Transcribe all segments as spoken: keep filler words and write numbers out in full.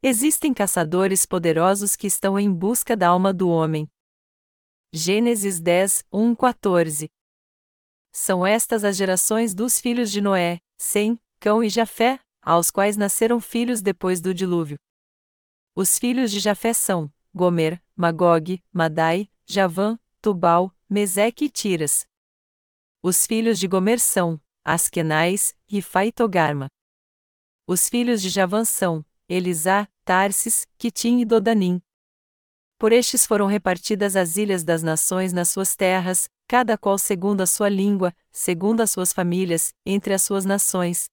Existem caçadores poderosos que estão em busca da alma do homem. Gênesis dez, um a quatorze. São estas as gerações dos filhos de Noé, Sem, Cão e Jafé, aos quais nasceram filhos depois do dilúvio. Os filhos de Jafé são Gomer, Magog, Madai, Javã, Tubal, Meseque e Tiras. Os filhos de Gomer são Askenais, Rifá e Togarma. Os filhos de Javã são Elisá, Tarsis, Quitim e Dodanim. Por estes foram repartidas as ilhas das nações nas suas terras, cada qual segundo a sua língua, segundo as suas famílias, entre as suas nações.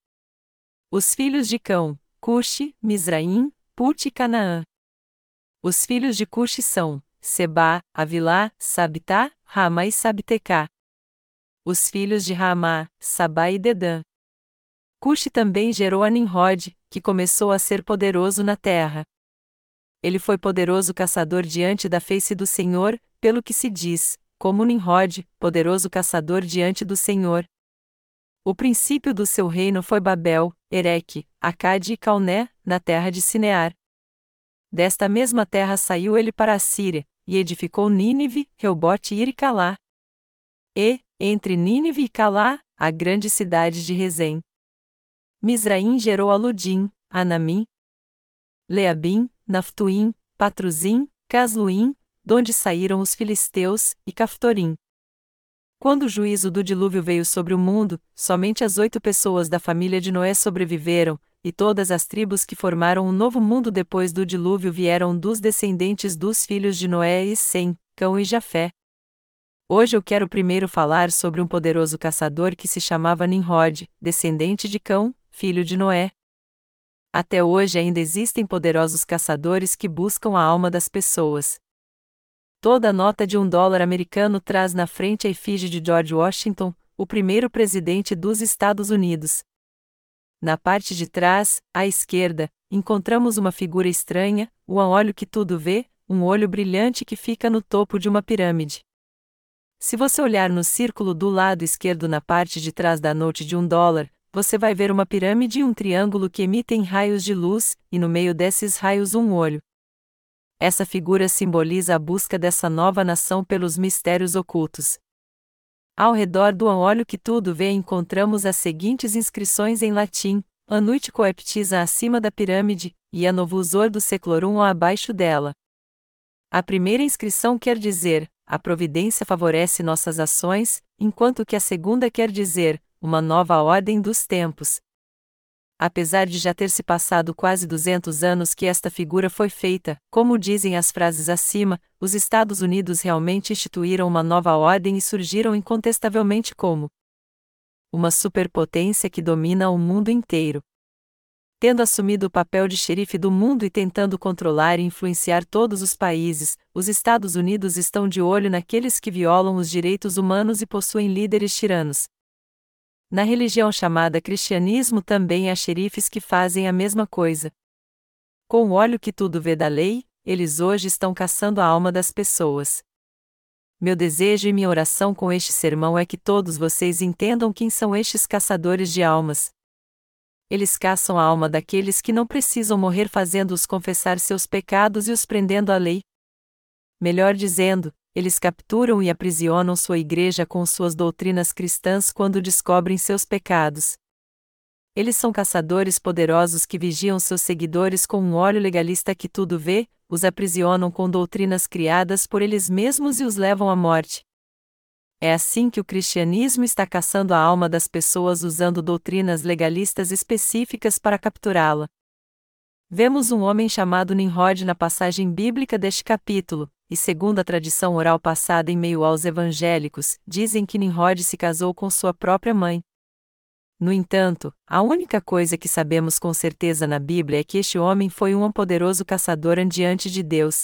Os filhos de Cão, Cuxi, Misraim, Put e Canaã. Os filhos de Cuxi são Sebá, Avilá, Sabitá, Ramá e Sabtecá. Os filhos de Ramá, Sabá e Dedã. Cuxi também gerou a Nimrod, que começou a ser poderoso na terra. Ele foi poderoso caçador diante da face do Senhor, pelo que se diz, como Nimrod, poderoso caçador diante do Senhor. O princípio do seu reino foi Babel, Ereque, Acade e Calné, na terra de Sinear. Desta mesma terra saiu ele para a Síria, e edificou Nínive, Reobote e Iricalá. E, entre Nínive e Calá, a grande cidade de Rezém. Misraim gerou a Ludim, Anamim, Leabim, Naftuim, Patruzim, Casluim, donde saíram os filisteus, e Caftorim. Quando o juízo do dilúvio veio sobre o mundo, somente as oito pessoas da família de Noé sobreviveram, e todas as tribos que formaram o novo mundo depois do dilúvio vieram dos descendentes dos filhos de Noé e Sem, Cão e Jafé. Hoje eu quero primeiro falar sobre um poderoso caçador que se chamava Nimrod, descendente de Cão, filho de Noé. Até hoje ainda existem poderosos caçadores que buscam a alma das pessoas. Toda nota de um dólar americano traz na frente a efígie de George Washington, o primeiro presidente dos Estados Unidos. Na parte de trás, à esquerda, encontramos uma figura estranha, um olho que tudo vê, um olho brilhante que fica no topo de uma pirâmide. Se você olhar no círculo do lado esquerdo na parte de trás da note de um dólar, você vai ver uma pirâmide e um triângulo que emitem raios de luz, e no meio desses raios um olho. Essa figura simboliza a busca dessa nova nação pelos mistérios ocultos. Ao redor do olho que tudo vê encontramos as seguintes inscrições em latim: Anuit coeptisa acima da pirâmide, e a novus ordo seclorum abaixo dela. A primeira inscrição quer dizer, a providência favorece nossas ações, enquanto que a segunda quer dizer, uma nova ordem dos tempos. Apesar de já ter se passado quase duzentos anos que esta figura foi feita, como dizem as frases acima, os Estados Unidos realmente instituíram uma nova ordem e surgiram incontestavelmente como uma superpotência que domina o mundo inteiro. Tendo assumido o papel de xerife do mundo e tentando controlar e influenciar todos os países, os Estados Unidos estão de olho naqueles que violam os direitos humanos e possuem líderes tiranos. Na religião chamada cristianismo também há xerifes que fazem a mesma coisa. Com o olho que tudo vê da lei, eles hoje estão caçando a alma das pessoas. Meu desejo e minha oração com este sermão é que todos vocês entendam quem são estes caçadores de almas. Eles caçam a alma daqueles que não precisam morrer fazendo-os confessar seus pecados e os prendendo à lei. Melhor dizendo, eles capturam e aprisionam sua igreja com suas doutrinas cristãs quando descobrem seus pecados. Eles são caçadores poderosos que vigiam seus seguidores com um olho legalista que tudo vê, os aprisionam com doutrinas criadas por eles mesmos e os levam à morte. É assim que o cristianismo está caçando a alma das pessoas usando doutrinas legalistas específicas para capturá-la. Vemos um homem chamado Nimrod na passagem bíblica deste capítulo, e segundo a tradição oral passada em meio aos evangélicos, dizem que Nimrod se casou com sua própria mãe. No entanto, a única coisa que sabemos com certeza na Bíblia é que este homem foi um poderoso caçador diante de Deus.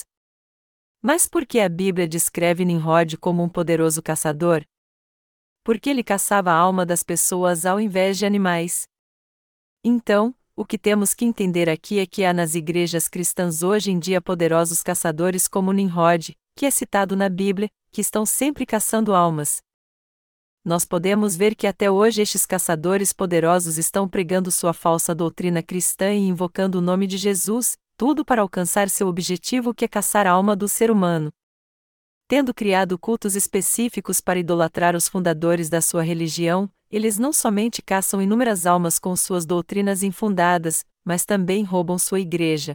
Mas por que a Bíblia descreve Nimrod como um poderoso caçador? Porque ele caçava a alma das pessoas ao invés de animais. Então, o que temos que entender aqui é que há nas igrejas cristãs hoje em dia poderosos caçadores como Nimrod, que é citado na Bíblia, que estão sempre caçando almas. Nós podemos ver que até hoje estes caçadores poderosos estão pregando sua falsa doutrina cristã e invocando o nome de Jesus, tudo para alcançar seu objetivo, que é caçar a alma do ser humano. Tendo criado cultos específicos para idolatrar os fundadores da sua religião, eles não somente caçam inúmeras almas com suas doutrinas infundadas, mas também roubam sua igreja.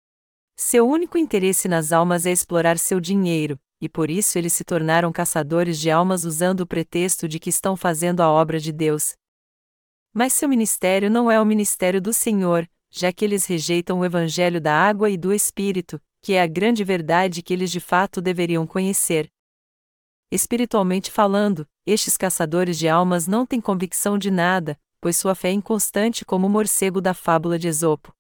Seu único interesse nas almas é explorar seu dinheiro, e por isso eles se tornaram caçadores de almas usando o pretexto de que estão fazendo a obra de Deus. Mas seu ministério não é o ministério do Senhor, já que eles rejeitam o evangelho da água e do Espírito, que é a grande verdade que eles de fato deveriam conhecer. Espiritualmente falando, estes caçadores de almas não têm convicção de nada, pois sua fé é inconstante como o morcego da fábula de Esopo.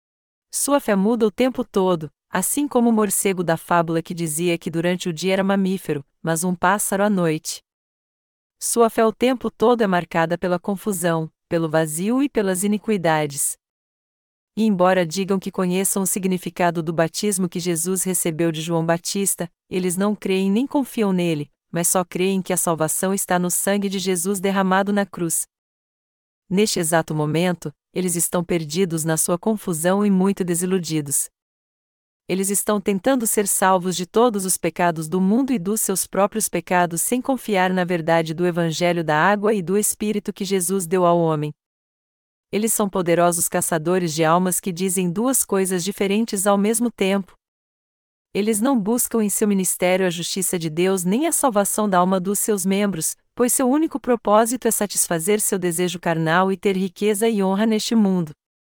Sua fé muda o tempo todo, assim como o morcego da fábula que dizia que durante o dia era mamífero, mas um pássaro à noite. Sua fé o tempo todo é marcada pela confusão, pelo vazio e pelas iniquidades. E embora digam que conheçam o significado do batismo que Jesus recebeu de João Batista, eles não creem nem confiam nele, mas só creem que a salvação está no sangue de Jesus derramado na cruz. Neste exato momento, eles estão perdidos na sua confusão e muito desiludidos. Eles estão tentando ser salvos de todos os pecados do mundo e dos seus próprios pecados sem confiar na verdade do Evangelho da água e do Espírito que Jesus deu ao homem. Eles são poderosos caçadores de almas que dizem duas coisas diferentes ao mesmo tempo. Eles não buscam em seu ministério a justiça de Deus nem a salvação da alma dos seus membros, pois seu único propósito é satisfazer seu desejo carnal e ter riqueza e honra neste mundo.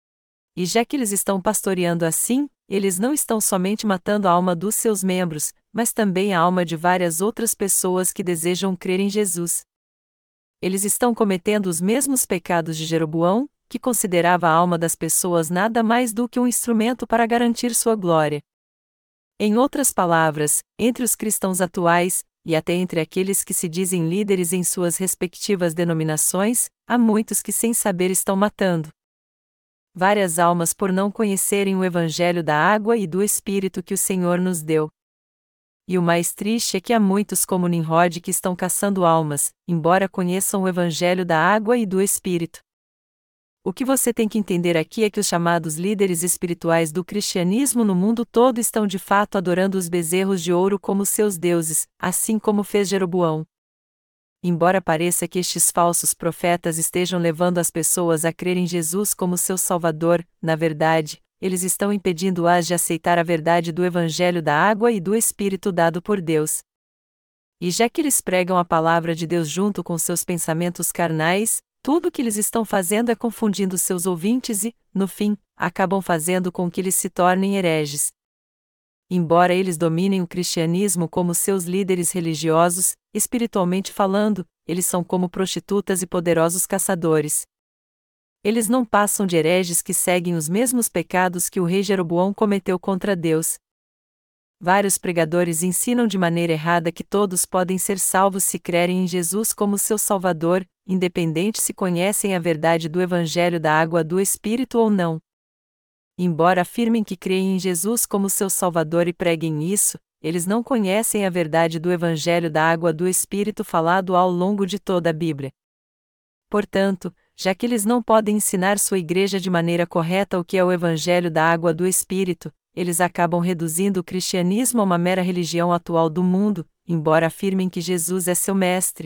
E já que eles estão pastoreando assim, eles não estão somente matando a alma dos seus membros, mas também a alma de várias outras pessoas que desejam crer em Jesus. Eles estão cometendo os mesmos pecados de Jeroboão, que considerava a alma das pessoas nada mais do que um instrumento para garantir sua glória. Em outras palavras, entre os cristãos atuais, e até entre aqueles que se dizem líderes em suas respectivas denominações, há muitos que sem saber estão matando várias almas por não conhecerem o Evangelho da água e do Espírito que o Senhor nos deu. E o mais triste é que há muitos como Nimrod que estão caçando almas, embora conheçam o Evangelho da água e do Espírito. O que você tem que entender aqui é que os chamados líderes espirituais do cristianismo no mundo todo estão de fato adorando os bezerros de ouro como seus deuses, assim como fez Jeroboão. Embora pareça que estes falsos profetas estejam levando as pessoas a crer em Jesus como seu Salvador, na verdade, eles estão impedindo-as de aceitar a verdade do Evangelho da água e do Espírito dado por Deus. E já que eles pregam a palavra de Deus junto com seus pensamentos carnais, tudo o que eles estão fazendo é confundindo seus ouvintes e, no fim, acabam fazendo com que eles se tornem hereges. Embora eles dominem o cristianismo como seus líderes religiosos, espiritualmente falando, eles são como prostitutas e poderosos caçadores. Eles não passam de hereges que seguem os mesmos pecados que o rei Jeroboão cometeu contra Deus. Vários pregadores ensinam de maneira errada que todos podem ser salvos se crerem em Jesus como seu Salvador, independente se conhecem a verdade do Evangelho da água do Espírito ou não. Embora afirmem que creem em Jesus como seu Salvador e preguem isso, eles não conhecem a verdade do Evangelho da água do Espírito falado ao longo de toda a Bíblia. Portanto, já que eles não podem ensinar sua igreja de maneira correta o que é o Evangelho da água do Espírito, eles acabam reduzindo o cristianismo a uma mera religião atual do mundo, embora afirmem que Jesus é seu mestre.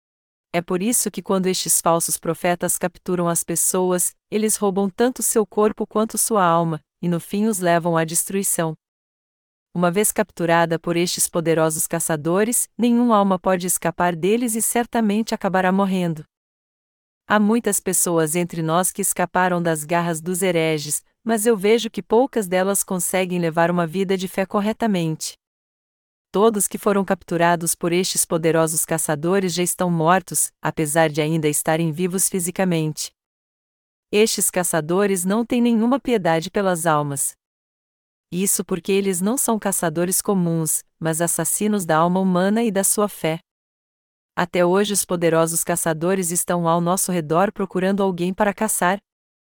É por isso que quando estes falsos profetas capturam as pessoas, eles roubam tanto seu corpo quanto sua alma, e no fim os levam à destruição. Uma vez capturada por estes poderosos caçadores, nenhuma alma pode escapar deles e certamente acabará morrendo. Há muitas pessoas entre nós que escaparam das garras dos hereges, mas eu vejo que poucas delas conseguem levar uma vida de fé corretamente. Todos que foram capturados por estes poderosos caçadores já estão mortos, apesar de ainda estarem vivos fisicamente. Estes caçadores não têm nenhuma piedade pelas almas. Isso porque eles não são caçadores comuns, mas assassinos da alma humana e da sua fé. Até hoje os poderosos caçadores estão ao nosso redor procurando alguém para caçar.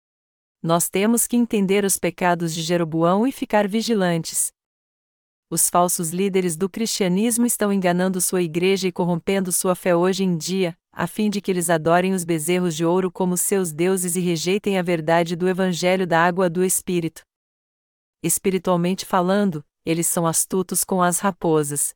Nós temos que entender os pecados de Jeroboão e ficar vigilantes. Os falsos líderes do cristianismo estão enganando sua igreja e corrompendo sua fé hoje em dia, a fim de que eles adorem os bezerros de ouro como seus deuses e rejeitem a verdade do Evangelho da água do Espírito. Espiritualmente falando, eles são astutos como as raposas.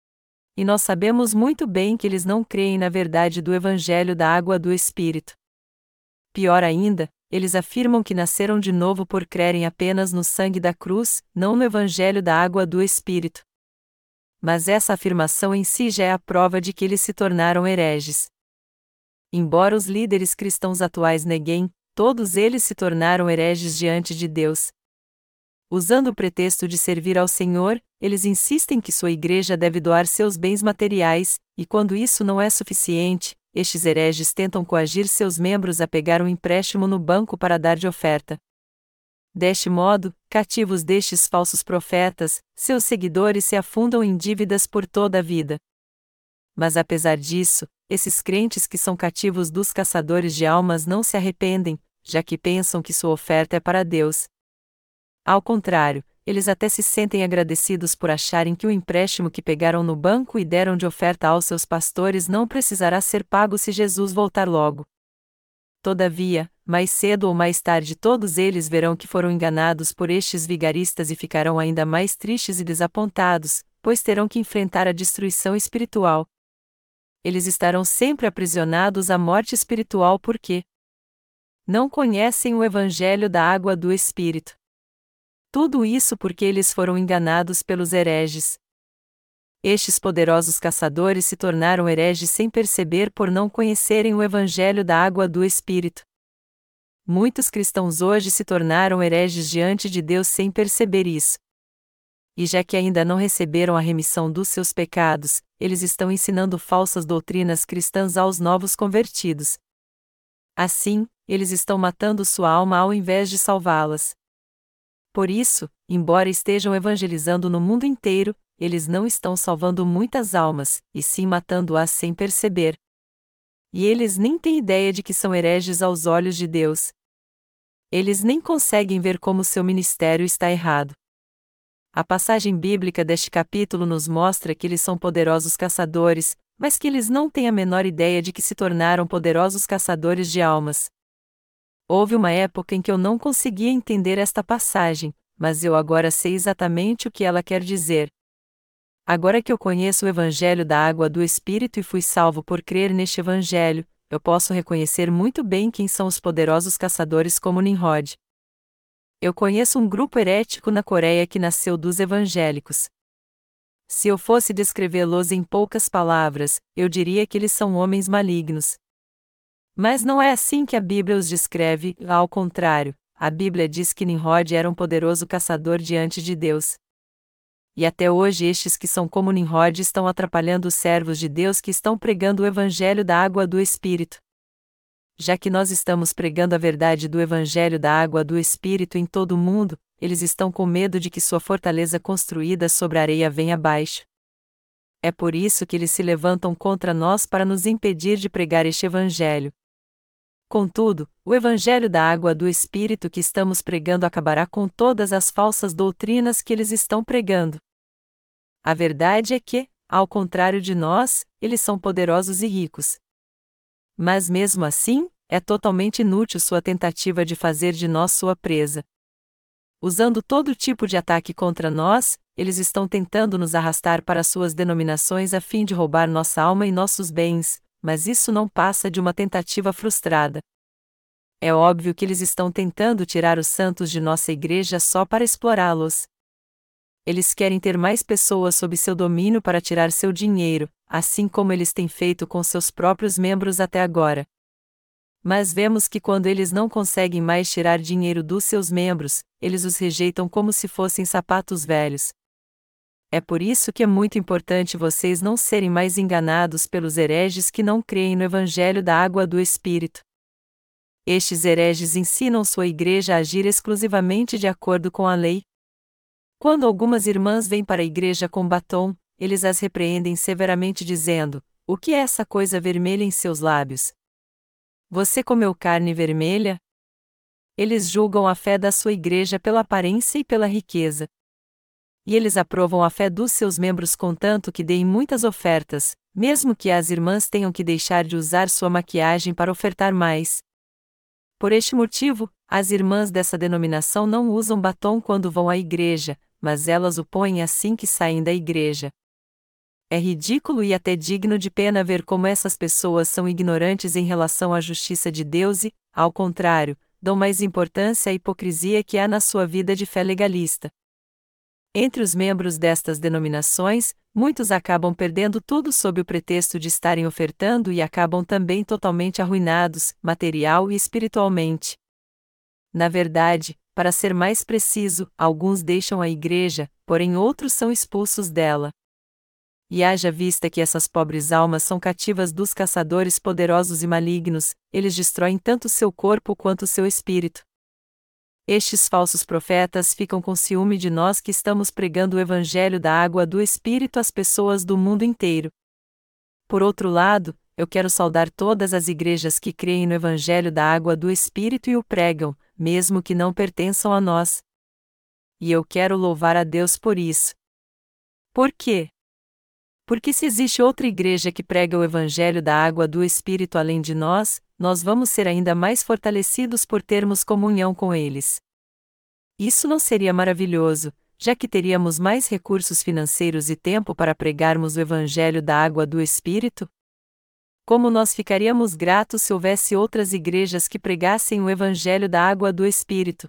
E nós sabemos muito bem que eles não creem na verdade do Evangelho da água do Espírito. Pior ainda, eles afirmam que nasceram de novo por crerem apenas no sangue da cruz, não no Evangelho da água do Espírito. Mas essa afirmação em si já é a prova de que eles se tornaram hereges. Embora os líderes cristãos atuais neguem, todos eles se tornaram hereges diante de Deus. Usando o pretexto de servir ao Senhor, eles insistem que sua igreja deve doar seus bens materiais, e quando isso não é suficiente, estes hereges tentam coagir seus membros a pegar um empréstimo no banco para dar de oferta. Deste modo, cativos destes falsos profetas, seus seguidores se afundam em dívidas por toda a vida. Mas apesar disso, esses crentes que são cativos dos caçadores de almas não se arrependem, já que pensam que sua oferta é para Deus. Ao contrário, eles até se sentem agradecidos por acharem que o empréstimo que pegaram no banco e deram de oferta aos seus pastores não precisará ser pago se Jesus voltar logo. Todavia, mais cedo ou mais tarde todos eles verão que foram enganados por estes vigaristas e ficarão ainda mais tristes e desapontados, pois terão que enfrentar a destruição espiritual. Eles estarão sempre aprisionados à morte espiritual porque não conhecem o Evangelho da água do Espírito. Tudo isso porque eles foram enganados pelos hereges. Estes poderosos caçadores se tornaram hereges sem perceber por não conhecerem o Evangelho da água do Espírito. Muitos cristãos hoje se tornaram hereges diante de Deus sem perceber isso. E já que ainda não receberam a remissão dos seus pecados, eles estão ensinando falsas doutrinas cristãs aos novos convertidos. Assim, eles estão matando sua alma ao invés de salvá-las. Por isso, embora estejam evangelizando no mundo inteiro, eles não estão salvando muitas almas, e sim matando-as sem perceber. E eles nem têm ideia de que são hereges aos olhos de Deus. Eles nem conseguem ver como seu ministério está errado. A passagem bíblica deste capítulo nos mostra que eles são poderosos caçadores, mas que eles não têm a menor ideia de que se tornaram poderosos caçadores de almas. Houve uma época em que eu não conseguia entender esta passagem, mas eu agora sei exatamente o que ela quer dizer. Agora que eu conheço o Evangelho da água do Espírito e fui salvo por crer neste Evangelho, eu posso reconhecer muito bem quem são os poderosos caçadores como Nimrod. Eu conheço um grupo herético na Coreia que nasceu dos evangélicos. Se eu fosse descrevê-los em poucas palavras, eu diria que eles são homens malignos. Mas não é assim que a Bíblia os descreve, ao contrário, a Bíblia diz que Nimrod era um poderoso caçador diante de Deus. E até hoje estes que são como Nimrod estão atrapalhando os servos de Deus que estão pregando o Evangelho da água do Espírito. Já que nós estamos pregando a verdade do Evangelho da água do Espírito em todo o mundo, eles estão com medo de que sua fortaleza construída sobre a areia venha abaixo. É por isso que eles se levantam contra nós para nos impedir de pregar este Evangelho. Contudo, o Evangelho da água do Espírito que estamos pregando acabará com todas as falsas doutrinas que eles estão pregando. A verdade é que, ao contrário de nós, eles são poderosos e ricos. Mas mesmo assim, é totalmente inútil sua tentativa de fazer de nós sua presa. Usando todo tipo de ataque contra nós, eles estão tentando nos arrastar para suas denominações a fim de roubar nossa alma e nossos bens, mas isso não passa de uma tentativa frustrada. É óbvio que eles estão tentando tirar os santos de nossa igreja só para explorá-los. Eles querem ter mais pessoas sob seu domínio para tirar seu dinheiro, assim como eles têm feito com seus próprios membros até agora. Mas vemos que quando eles não conseguem mais tirar dinheiro dos seus membros, eles os rejeitam como se fossem sapatos velhos. É por isso que é muito importante vocês não serem mais enganados pelos hereges que não creem no Evangelho da água do Espírito. Estes hereges ensinam sua igreja a agir exclusivamente de acordo com a lei. Quando algumas irmãs vêm para a igreja com batom, eles as repreendem severamente dizendo: "O que é essa coisa vermelha em seus lábios? Você comeu carne vermelha?" Eles julgam a fé da sua igreja pela aparência e pela riqueza. E eles aprovam a fé dos seus membros contanto que deem muitas ofertas, mesmo que as irmãs tenham que deixar de usar sua maquiagem para ofertar mais. Por este motivo, As irmãs dessa denominação não usam batom quando vão à igreja, mas elas o põem assim que saem da igreja. É ridículo e até digno de pena ver como essas pessoas são ignorantes em relação à justiça de Deus e, ao contrário, dão mais importância à hipocrisia que há na sua vida de fé legalista. Entre os membros destas denominações, muitos acabam perdendo tudo sob o pretexto de estarem ofertando e acabam também totalmente arruinados, material e espiritualmente. Na verdade, para ser mais preciso, alguns deixam a igreja, porém outros são expulsos dela. E haja vista que essas pobres almas são cativas dos caçadores poderosos e malignos, eles destroem tanto seu corpo quanto seu espírito. Estes falsos profetas ficam com ciúme de nós que estamos pregando o evangelho da água do Espírito às pessoas do mundo inteiro. Por outro lado, eu quero saudar todas as igrejas que creem no evangelho da água do Espírito e o pregam, mesmo que não pertençam a nós. E eu quero louvar a Deus por isso. Por quê? Porque se existe outra igreja que prega o evangelho da água do Espírito além de nós, nós vamos ser ainda mais fortalecidos por termos comunhão com eles. Isso não seria maravilhoso, já que teríamos mais recursos financeiros e tempo para pregarmos o evangelho da água do Espírito? Como nós ficaríamos gratos se houvesse outras igrejas que pregassem o evangelho da água do Espírito?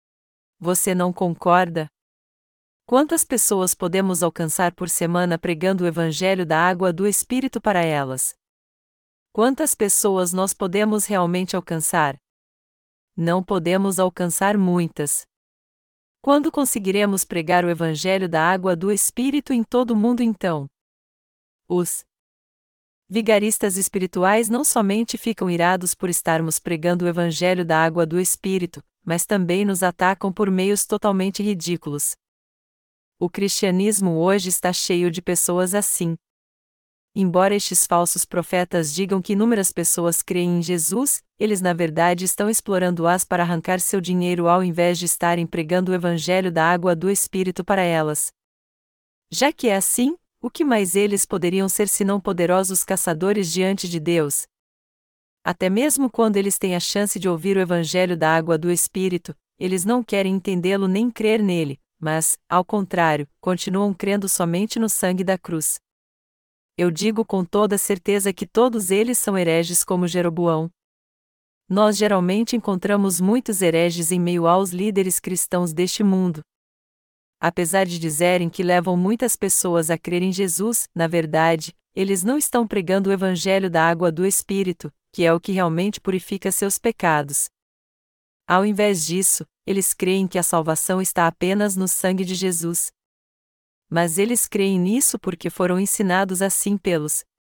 Você não concorda? Quantas pessoas podemos alcançar por semana pregando o evangelho da água do Espírito para elas? Quantas pessoas nós podemos realmente alcançar? Não podemos alcançar muitas. Quando conseguiremos pregar o evangelho da água do Espírito em todo o mundo então? Os vigaristas espirituais não somente ficam irados por estarmos pregando o evangelho da água do Espírito, mas também nos atacam por meios totalmente ridículos. O cristianismo hoje está cheio de pessoas assim. Embora estes falsos profetas digam que inúmeras pessoas creem em Jesus, eles na verdade estão explorando-as para arrancar seu dinheiro ao invés de estarem pregando o evangelho da água do Espírito para elas. Já que é assim, o que mais eles poderiam ser senão poderosos caçadores diante de Deus? Até mesmo quando eles têm a chance de ouvir o evangelho da água do Espírito, eles não querem entendê-lo nem crer nele, mas, ao contrário, continuam crendo somente no sangue da cruz. Eu digo com toda certeza que todos eles são hereges como Jeroboão. Nós geralmente encontramos muitos hereges em meio aos líderes cristãos deste mundo. Apesar de dizerem que levam muitas pessoas a crer em Jesus, na verdade, eles não estão pregando o evangelho da água do Espírito, que é o que realmente purifica seus pecados. Ao invés disso, eles creem que a salvação está apenas no sangue de Jesus. Mas eles creem nisso porque foram ensinados assim pelos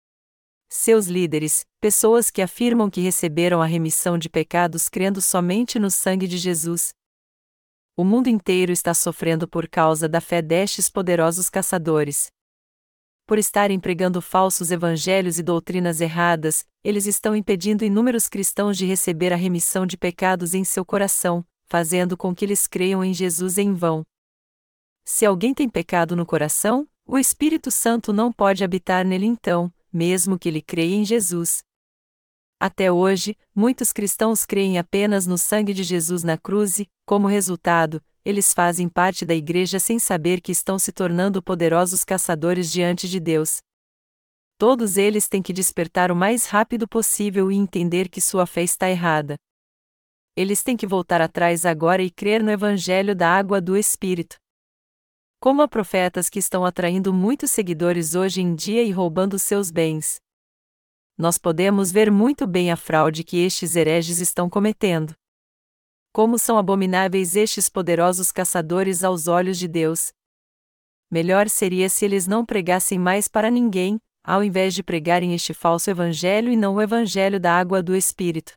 seus líderes, pessoas que afirmam que receberam a remissão de pecados crendo somente no sangue de Jesus. O mundo inteiro está sofrendo por causa da fé destes poderosos caçadores. Por estarem pregando falsos evangelhos e doutrinas erradas, eles estão impedindo inúmeros cristãos de receber a remissão de pecados em seu coração, fazendo com que eles creiam em Jesus em vão. Se alguém tem pecado no coração, o Espírito Santo não pode habitar nele então, mesmo que ele creia em Jesus. Até hoje, muitos cristãos creem apenas no sangue de Jesus na cruz e, como resultado, eles fazem parte da igreja sem saber que estão se tornando poderosos caçadores diante de Deus. Todos eles têm que despertar o mais rápido possível e entender que sua fé está errada. Eles têm que voltar atrás agora e crer no evangelho da água do Espírito. Como há profetas que estão atraindo muitos seguidores hoje em dia e roubando seus bens. Nós podemos ver muito bem a fraude que estes hereges estão cometendo. Como são abomináveis estes poderosos caçadores aos olhos de Deus. Melhor seria se eles não pregassem mais para ninguém, ao invés de pregarem este falso evangelho e não o evangelho da água do Espírito.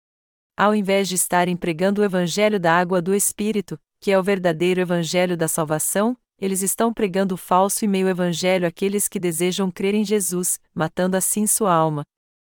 Ao invés de estarem pregando o evangelho da água do Espírito, que é o verdadeiro evangelho da salvação, eles estão pregando o falso e meio evangelho àqueles que desejam crer em Jesus, matando assim sua alma.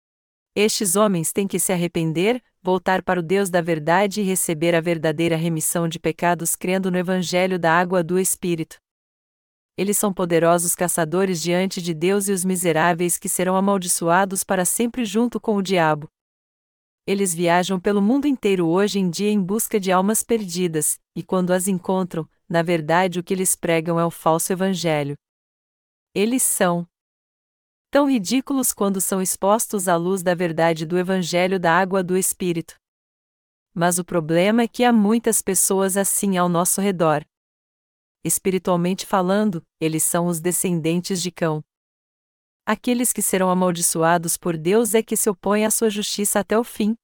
Estes homens têm que se arrepender, voltar para o Deus da verdade e receber a verdadeira remissão de pecados crendo no evangelho da água do Espírito. Eles são poderosos caçadores diante de Deus e os miseráveis que serão amaldiçoados para sempre junto com o diabo. Eles viajam pelo mundo inteiro hoje em dia em busca de almas perdidas, e quando as encontram, na verdade o que eles pregam é o falso evangelho. Eles são tão ridículos quando são expostos à luz da verdade do evangelho da água do Espírito. Mas o problema é que há muitas pessoas assim ao nosso redor. Espiritualmente falando, eles são os descendentes de Cão. Aqueles que serão amaldiçoados por Deus é que se opõem à sua justiça até o fim.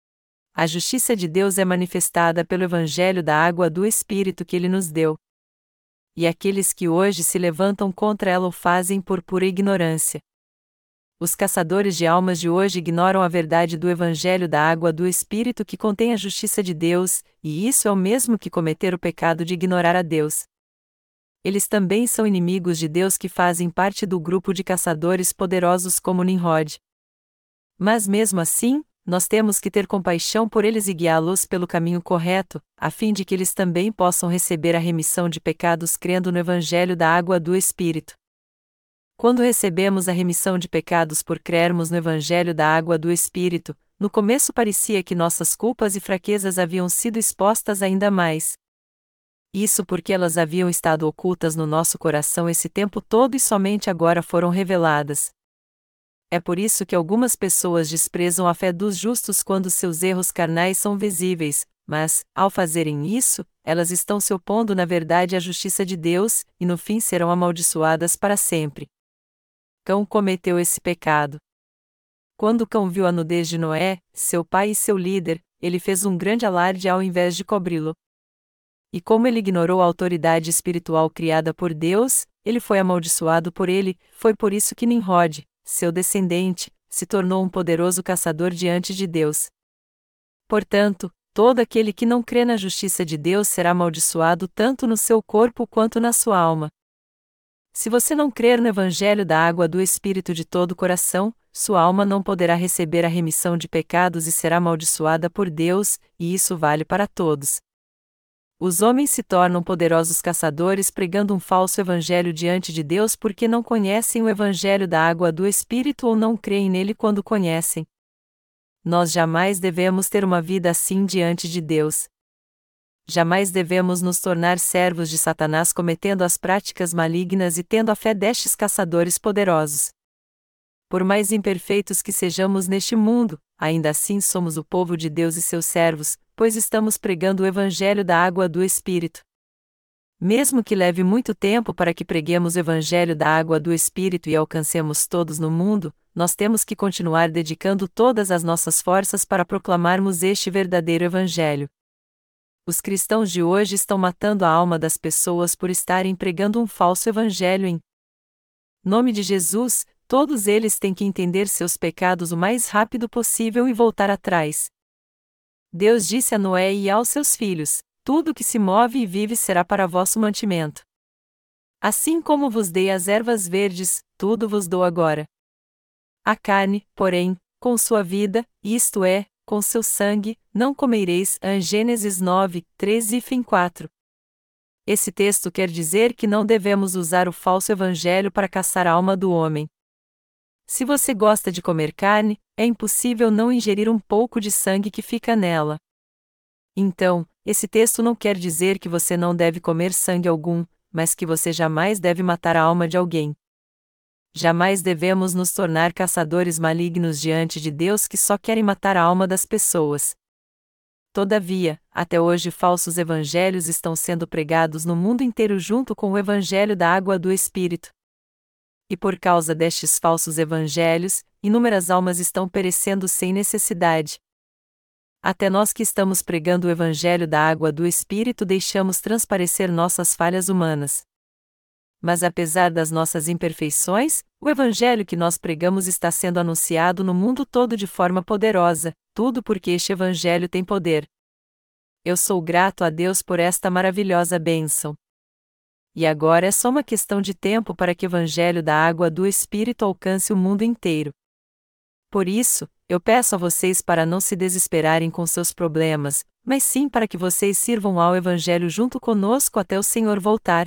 A justiça de Deus é manifestada pelo evangelho da água do Espírito que Ele nos deu. E aqueles que hoje se levantam contra ela o fazem por pura ignorância. Os caçadores de almas de hoje ignoram a verdade do evangelho da água do Espírito que contém a justiça de Deus, e isso é o mesmo que cometer o pecado de ignorar a Deus. Eles também são inimigos de Deus que fazem parte do grupo de caçadores poderosos como Nimrod. Mas mesmo assim, nós temos que ter compaixão por eles e guiá-los pelo caminho correto, a fim de que eles também possam receber a remissão de pecados crendo no Evangelho da água do Espírito. Quando recebemos a remissão de pecados por crermos no Evangelho da água do Espírito, no começo parecia que nossas culpas e fraquezas haviam sido expostas ainda mais. Isso porque elas haviam estado ocultas no nosso coração esse tempo todo e somente agora foram reveladas. É por isso que algumas pessoas desprezam a fé dos justos quando seus erros carnais são visíveis, mas, ao fazerem isso, elas estão se opondo na verdade à justiça de Deus, e no fim serão amaldiçoadas para sempre. Cão cometeu esse pecado. Quando Cão viu a nudez de Noé, seu pai e seu líder, ele fez um grande alarde ao invés de cobri-lo. E como ele ignorou a autoridade espiritual criada por Deus, ele foi amaldiçoado por ele, foi por isso que Nimrod, seu descendente, se tornou um poderoso caçador diante de Deus. Portanto, todo aquele que não crê na justiça de Deus será amaldiçoado tanto no seu corpo quanto na sua alma. Se você não crer no Evangelho da água do Espírito de todo o coração, sua alma não poderá receber a remissão de pecados e será amaldiçoada por Deus, e isso vale para todos. Os homens se tornam poderosos caçadores pregando um falso evangelho diante de Deus porque não conhecem o evangelho da água do Espírito ou não creem nele quando conhecem. Nós jamais devemos ter uma vida assim diante de Deus. Jamais devemos nos tornar servos de Satanás cometendo as práticas malignas e tendo a fé destes caçadores poderosos. Por mais imperfeitos que sejamos neste mundo, ainda assim somos o povo de Deus e seus servos, pois estamos pregando o Evangelho da água do Espírito. Mesmo que leve muito tempo para que preguemos o Evangelho da água do Espírito e alcancemos todos no mundo, nós temos que continuar dedicando todas as nossas forças para proclamarmos este verdadeiro Evangelho. Os cristãos de hoje estão matando a alma das pessoas por estarem pregando um falso Evangelho em nome de Jesus. Todos eles têm que entender seus pecados o mais rápido possível e voltar atrás. Deus disse a Noé e aos seus filhos: tudo que se move e vive será para vosso mantimento. Assim como vos dei as ervas verdes, tudo vos dou agora. A carne, porém, com sua vida, isto é, com seu sangue, não comereis. Gênesis nove, treze e quatro. Esse texto quer dizer que não devemos usar o falso evangelho para caçar a alma do homem. Se você gosta de comer carne, é impossível não ingerir um pouco de sangue que fica nela. Então, esse texto não quer dizer que você não deve comer sangue algum, mas que você jamais deve matar a alma de alguém. Jamais devemos nos tornar caçadores malignos diante de Deus que só querem matar a alma das pessoas. Todavia, até hoje falsos evangelhos estão sendo pregados no mundo inteiro junto com o evangelho da água do Espírito. E por causa destes falsos evangelhos, inúmeras almas estão perecendo sem necessidade. Até nós que estamos pregando o evangelho da água do Espírito deixamos transparecer nossas falhas humanas. Mas apesar das nossas imperfeições, o evangelho que nós pregamos está sendo anunciado no mundo todo de forma poderosa, tudo porque este evangelho tem poder. Eu sou grato a Deus por esta maravilhosa bênção. E agora é só uma questão de tempo para que o Evangelho da água do Espírito alcance o mundo inteiro. Por isso, eu peço a vocês para não se desesperarem com seus problemas, mas sim para que vocês sirvam ao Evangelho junto conosco até o Senhor voltar.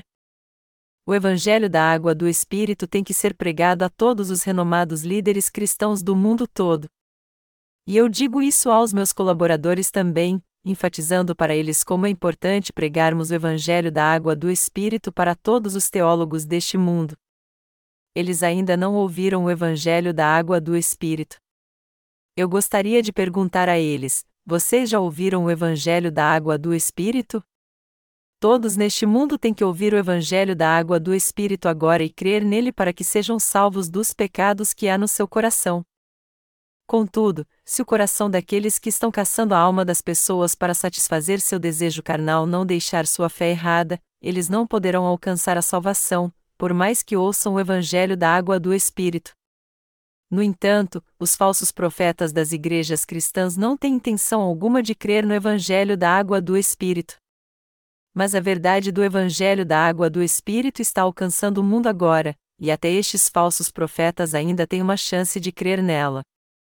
O Evangelho da água do Espírito tem que ser pregado a todos os renomados líderes cristãos do mundo todo. E eu digo isso aos meus colaboradores também, enfatizando para eles como é importante pregarmos o Evangelho da água do Espírito para todos os teólogos deste mundo. Eles ainda não ouviram o Evangelho da água do Espírito. Eu gostaria de perguntar a eles: vocês já ouviram o Evangelho da água do Espírito? Todos neste mundo têm que ouvir o Evangelho da água do Espírito agora e crer nele para que sejam salvos dos pecados que há no seu coração. Contudo, se o coração daqueles que estão caçando a alma das pessoas para satisfazer seu desejo carnal não deixar sua fé errada, eles não poderão alcançar a salvação, por mais que ouçam o Evangelho da água do Espírito. No entanto, os falsos profetas das igrejas cristãs não têm intenção alguma de crer no Evangelho da água do Espírito. Mas a verdade do Evangelho da água do Espírito está alcançando o mundo agora, e até estes falsos profetas ainda têm uma chance de crer nela.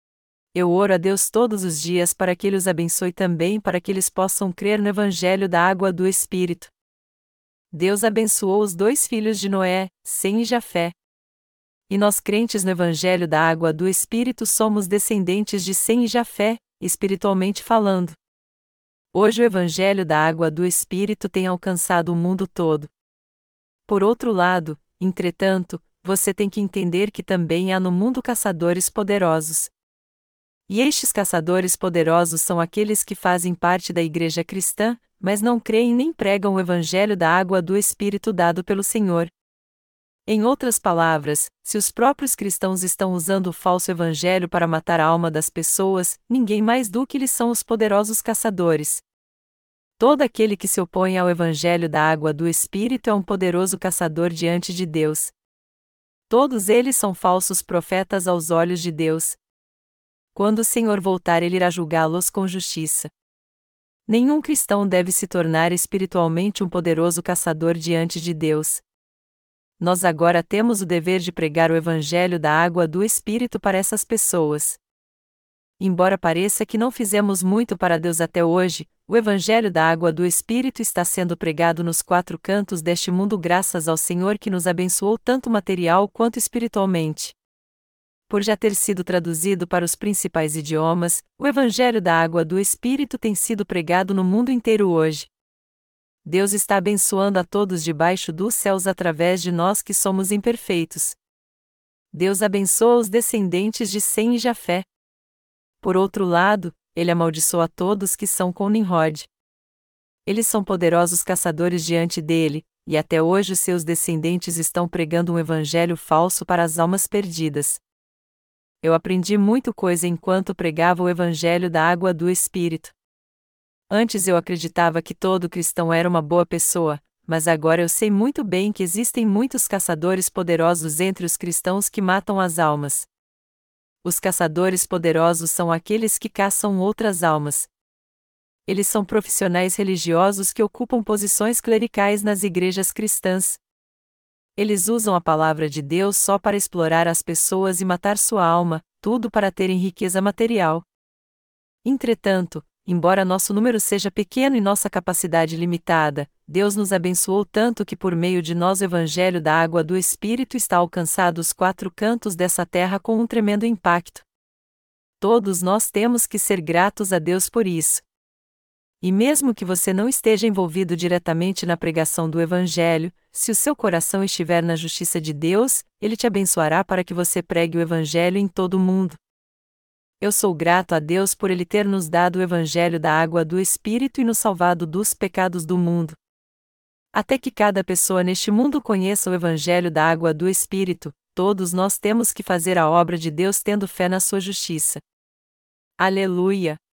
Eu oro a Deus todos os dias para que Ele os abençoe também para que eles possam crer no Evangelho da água do Espírito. Deus abençoou os dois filhos de Noé, Sem e Jafé. E nós crentes no Evangelho da água do Espírito somos descendentes de Sem e Jafé, espiritualmente falando. Hoje o Evangelho da água do Espírito tem alcançado o mundo todo. Por outro lado, entretanto, você tem que entender que também há no mundo caçadores poderosos. E estes caçadores poderosos são aqueles que fazem parte da igreja cristã, mas não creem nem pregam o Evangelho da água do Espírito dado pelo Senhor. Em outras palavras, se os próprios cristãos estão usando o falso Evangelho para matar a alma das pessoas, ninguém mais do que eles são os poderosos caçadores. Todo aquele que se opõe ao Evangelho da água do Espírito é um poderoso caçador diante de Deus. Todos eles são falsos profetas aos olhos de Deus. Quando o Senhor voltar, Ele irá julgá-los com justiça. Nenhum cristão deve se tornar espiritualmente um poderoso caçador diante de Deus. Nós agora temos o dever de pregar o Evangelho da água do Espírito para essas pessoas. Embora pareça que não fizemos muito para Deus até hoje, o Evangelho da água do Espírito está sendo pregado nos quatro cantos deste mundo graças ao Senhor que nos abençoou tanto material quanto espiritualmente. Por já ter sido traduzido para os principais idiomas, o Evangelho da água do Espírito tem sido pregado no mundo inteiro hoje. Deus está abençoando a todos debaixo dos céus através de nós que somos imperfeitos. Deus abençoa os descendentes de Sem e Jafé. Por outro lado, Ele amaldiçoa todos que são com Nimrod. Eles são poderosos caçadores diante dele, e até hoje os seus descendentes estão pregando um evangelho falso para as almas perdidas. Eu aprendi muito coisa enquanto pregava o Evangelho da água do Espírito. Antes eu acreditava que todo cristão era uma boa pessoa, mas agora eu sei muito bem que existem muitos caçadores poderosos entre os cristãos que matam as almas. Os caçadores poderosos são aqueles que caçam outras almas. Eles são profissionais religiosos que ocupam posições clericais nas igrejas cristãs. Eles usam a palavra de Deus só para explorar as pessoas e matar sua alma, tudo para terem riqueza material. Entretanto, embora nosso número seja pequeno e nossa capacidade limitada, Deus nos abençoou tanto que por meio de nós o Evangelho da água do Espírito está alcançando os quatro cantos dessa terra com um tremendo impacto. Todos nós temos que ser gratos a Deus por isso. E mesmo que você não esteja envolvido diretamente na pregação do Evangelho, se o seu coração estiver na justiça de Deus, Ele te abençoará para que você pregue o Evangelho em todo o mundo. Eu sou grato a Deus por Ele ter nos dado o Evangelho da água do Espírito e nos salvado dos pecados do mundo. Até que cada pessoa neste mundo conheça o Evangelho da água do Espírito, todos nós temos que fazer a obra de Deus tendo fé na sua justiça. Aleluia!